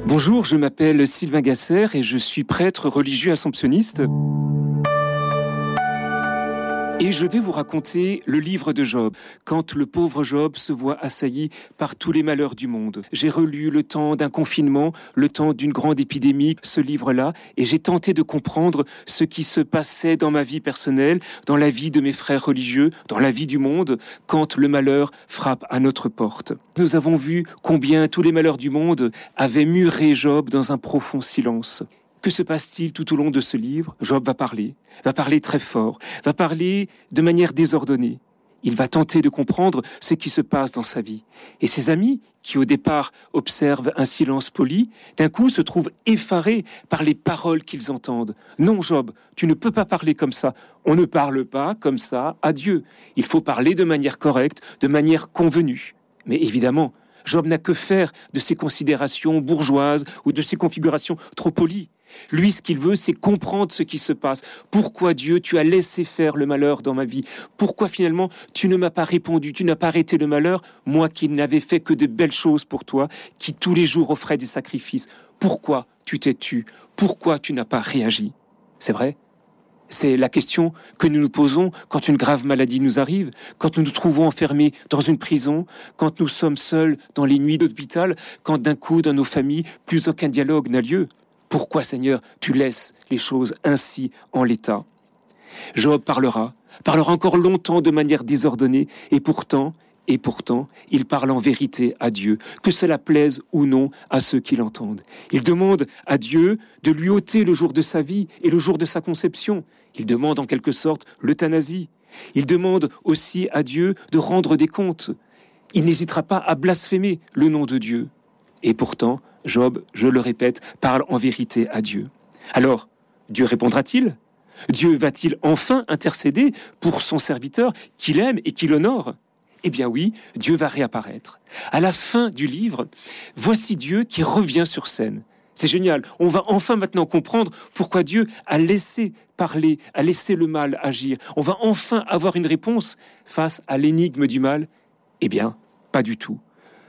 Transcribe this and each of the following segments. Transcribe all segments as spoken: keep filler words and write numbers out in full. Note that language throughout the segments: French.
Bonjour, je m'appelle Sylvain Gasser et je suis prêtre religieux assomptionniste. Et je vais vous raconter le livre de Job, quand le pauvre Job se voit assailli par tous les malheurs du monde. J'ai relu le temps d'un confinement, le temps d'une grande épidémie, ce livre-là, et j'ai tenté de comprendre ce qui se passait dans ma vie personnelle, dans la vie de mes frères religieux, dans la vie du monde, quand le malheur frappe à notre porte. Nous avons vu combien tous les malheurs du monde avaient muré Job dans un profond silence. Que se passe-t-il tout au long de ce livre ? Job va parler, va parler très fort, va parler de manière désordonnée. Il va tenter de comprendre ce qui se passe dans sa vie. Et ses amis, qui au départ observent un silence poli, d'un coup se trouvent effarés par les paroles qu'ils entendent. Non, Job, tu ne peux pas parler comme ça. On ne parle pas comme ça à Dieu. Il faut parler de manière correcte, de manière convenue. Mais évidemment, Job n'a que faire de ces considérations bourgeoises ou de ces configurations trop polies. Lui, ce qu'il veut, c'est comprendre ce qui se passe. Pourquoi, Dieu, tu as laissé faire le malheur dans ma vie ? Pourquoi, finalement, tu ne m'as pas répondu ? Tu n'as pas arrêté le malheur ? Moi qui n'avais fait que de belles choses pour toi, qui tous les jours offrais des sacrifices. Pourquoi tu t'es tu ? Pourquoi tu n'as pas réagi ? C'est vrai ? C'est la question que nous nous posons quand une grave maladie nous arrive, quand nous nous trouvons enfermés dans une prison, quand nous sommes seuls dans les nuits d'hôpital, quand d'un coup, dans nos familles, plus aucun dialogue n'a lieu. Pourquoi, Seigneur, tu laisses les choses ainsi en l'état ? Job parlera, parlera encore longtemps de manière désordonnée, et pourtant, et pourtant, il parle en vérité à Dieu, que cela plaise ou non à ceux qui l'entendent. Il demande à Dieu de lui ôter le jour de sa vie et le jour de sa conception. Il demande en quelque sorte l'euthanasie. Il demande aussi à Dieu de rendre des comptes. Il n'hésitera pas à blasphémer le nom de Dieu. Et pourtant, Job, je le répète, parle en vérité à Dieu. Alors, Dieu répondra-t-il ? Dieu va-t-il enfin intercéder pour son serviteur qu'il aime et qu'il honore ? Eh bien oui, Dieu va réapparaître. À la fin du livre, voici Dieu qui revient sur scène. C'est génial, on va enfin maintenant comprendre pourquoi Dieu a laissé parler, a laissé le mal agir. On va enfin avoir une réponse face à l'énigme du mal. Eh bien, pas du tout.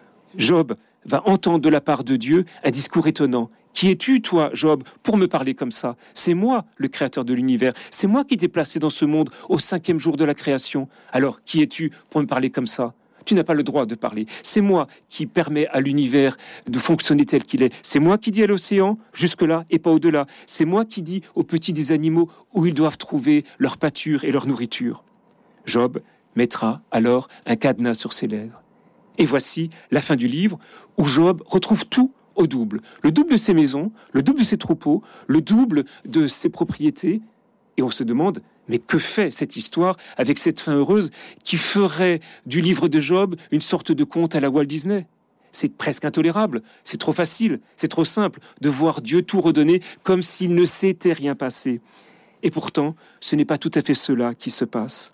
Job va entendre de la part de Dieu un discours étonnant. Qui es-tu, toi, Job, pour me parler comme ça ? C'est moi, le créateur de l'univers. C'est moi qui t'ai placé dans ce monde au cinquième jour de la création. Alors, qui es-tu pour me parler comme ça ? Tu n'as pas le droit de parler. C'est moi qui permets à l'univers de fonctionner tel qu'il est. C'est moi qui dis à l'océan, jusque-là et pas au-delà. C'est moi qui dis aux petits des animaux où ils doivent trouver leur pâture et leur nourriture. Job mettra alors un cadenas sur ses lèvres. Et voici la fin du livre où Job retrouve tout au double. Le double de ses maisons, le double de ses troupeaux, le double de ses propriétés. Et on se demande, mais que fait cette histoire avec cette fin heureuse qui ferait du livre de Job une sorte de conte à la Walt Disney ? C'est presque intolérable, c'est trop facile, c'est trop simple de voir Dieu tout redonner comme s'il ne s'était rien passé. Et pourtant, ce n'est pas tout à fait cela qui se passe.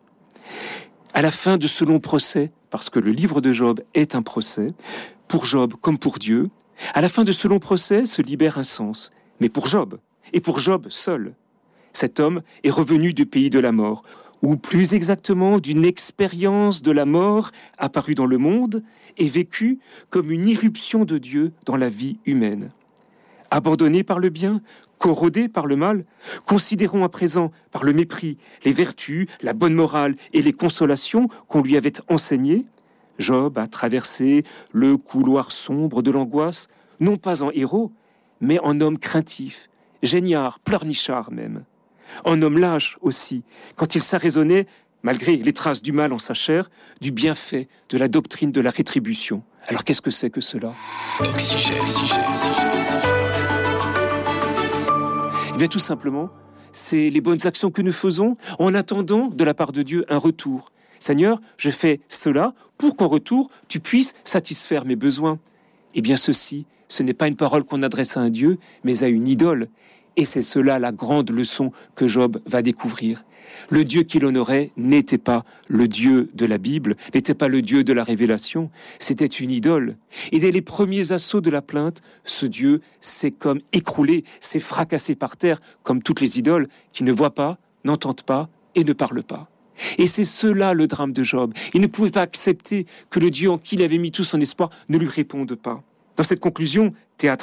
À la fin de ce long procès, parce que le livre de Job est un procès, pour Job comme pour Dieu, à la fin de ce long procès se libère un sens, mais pour Job, et pour Job seul. Cet homme est revenu du pays de la mort, ou plus exactement d'une expérience de la mort apparue dans le monde et vécue comme une irruption de Dieu dans la vie humaine. Abandonné par le bien, corrodé par le mal, considérons à présent par le mépris les vertus, la bonne morale et les consolations qu'on lui avait enseignées, Job a traversé le couloir sombre de l'angoisse, non pas en héros, mais en homme craintif, géniard, pleurnichard même. En homme lâche aussi, quand il s'arraisonnait, malgré les traces du mal en sa chair, du bienfait de la doctrine de la rétribution. Alors qu'est-ce que c'est que cela ? Oxygène, oxygène, oxygène. Eh bien tout simplement, c'est les bonnes actions que nous faisons en attendant de la part de Dieu un retour. Seigneur, je fais cela pour qu'en retour, tu puisses satisfaire mes besoins. Eh bien ceci, ce n'est pas une parole qu'on adresse à un Dieu, mais à une idole. Et c'est cela la grande leçon que Job va découvrir. Le Dieu qu'il honorait n'était pas le Dieu de la Bible, n'était pas le Dieu de la révélation, c'était une idole. Et dès les premiers assauts de la plainte, ce Dieu s'est comme écroulé, s'est fracassé par terre, comme toutes les idoles qui ne voient pas, n'entendent pas et ne parlent pas. Et c'est cela le drame de Job. Il ne pouvait pas accepter que le Dieu en qui il avait mis tout son espoir ne lui réponde pas. Dans cette conclusion théâtrale,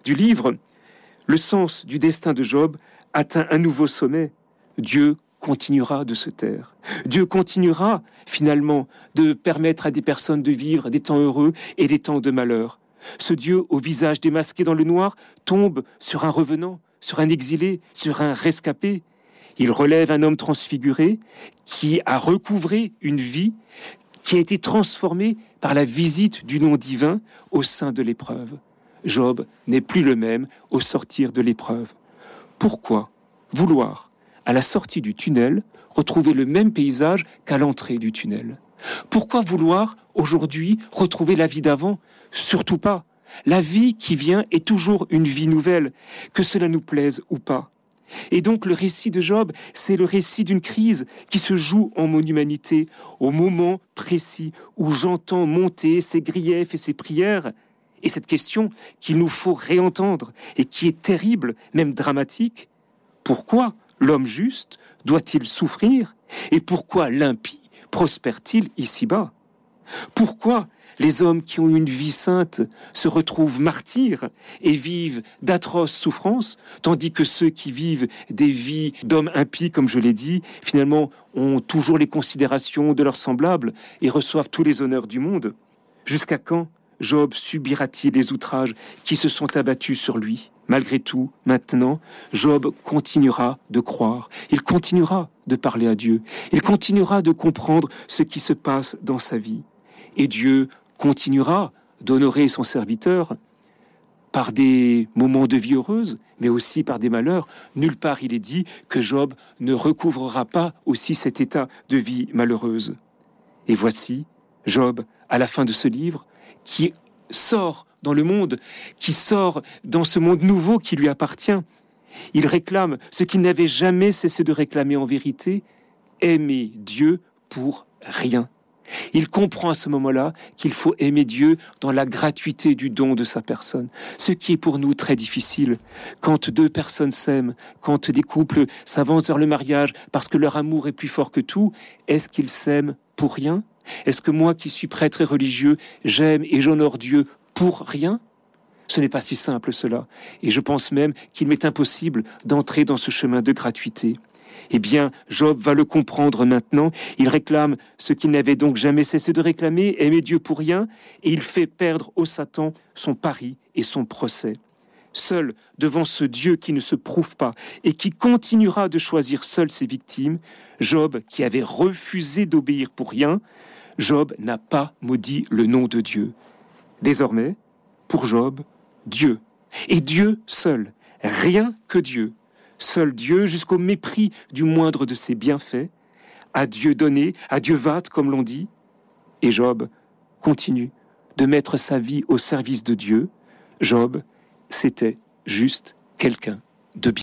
du livre, le sens du destin de Job atteint un nouveau sommet. Dieu continuera de se taire. Dieu continuera, finalement, de permettre à des personnes de vivre des temps heureux et des temps de malheur. Ce Dieu, au visage démasqué dans le noir, tombe sur un revenant, sur un exilé, sur un rescapé. Il relève un homme transfiguré qui a recouvré une vie, qui a été transformée par la visite du nom divin au sein de l'épreuve. Job n'est plus le même au sortir de l'épreuve. Pourquoi vouloir, à la sortie du tunnel, retrouver le même paysage qu'à l'entrée du tunnel? Pourquoi vouloir, aujourd'hui, retrouver la vie d'avant? Surtout pas. La vie qui vient est toujours une vie nouvelle, que cela nous plaise ou pas. Et donc le récit de Job, c'est le récit d'une crise qui se joue en mon humanité, au moment précis où j'entends monter ses griefs et ses prières. Et cette question qu'il nous faut réentendre et qui est terrible, même dramatique, pourquoi l'homme juste doit-il souffrir? Et pourquoi l'impie prospère-t-il ici-bas? Pourquoi les hommes qui ont une vie sainte se retrouvent martyrs et vivent d'atroces souffrances, tandis que ceux qui vivent des vies d'hommes impies, comme je l'ai dit, finalement ont toujours les considérations de leurs semblables et reçoivent tous les honneurs du monde? Jusqu'à quand Job subira-t-il les outrages qui se sont abattus sur lui? Malgré tout, maintenant, Job continuera de croire, il continuera de parler à Dieu, il continuera de comprendre ce qui se passe dans sa vie. Et Dieu continuera d'honorer son serviteur par des moments de vie heureuse, mais aussi par des malheurs. Nulle part il est dit que Job ne recouvrera pas aussi cet état de vie malheureuse. Et voici Job, à la fin de ce livre, qui sort dans le monde, qui sort dans ce monde nouveau qui lui appartient. Il réclame ce qu'il n'avait jamais cessé de réclamer en vérité, aimer Dieu pour rien. Il comprend à ce moment-là qu'il faut aimer Dieu dans la gratuité du don de sa personne. Ce qui est pour nous très difficile. Quand deux personnes s'aiment, quand des couples s'avancent vers le mariage parce que leur amour est plus fort que tout, est-ce qu'ils s'aiment pour rien? Est-ce que moi qui suis prêtre et religieux, j'aime et j'honore Dieu pour rien? Ce n'est pas si simple cela. Et je pense même qu'il m'est impossible d'entrer dans ce chemin de gratuité. Eh bien, Job va le comprendre maintenant. Il réclame ce qu'il n'avait donc jamais cessé de réclamer, aimer Dieu pour rien, et il fait perdre au Satan son pari et son procès. Seul devant ce Dieu qui ne se prouve pas et qui continuera de choisir seul ses victimes, Job, qui avait refusé d'obéir pour rien, Job n'a pas maudit le nom de Dieu. Désormais, pour Job, Dieu, et Dieu seul, rien que Dieu, seul Dieu jusqu'au mépris du moindre de ses bienfaits, à Dieu donné, à Dieu vate, comme l'on dit. Et Job continue de mettre sa vie au service de Dieu. Job, c'était juste quelqu'un de bien.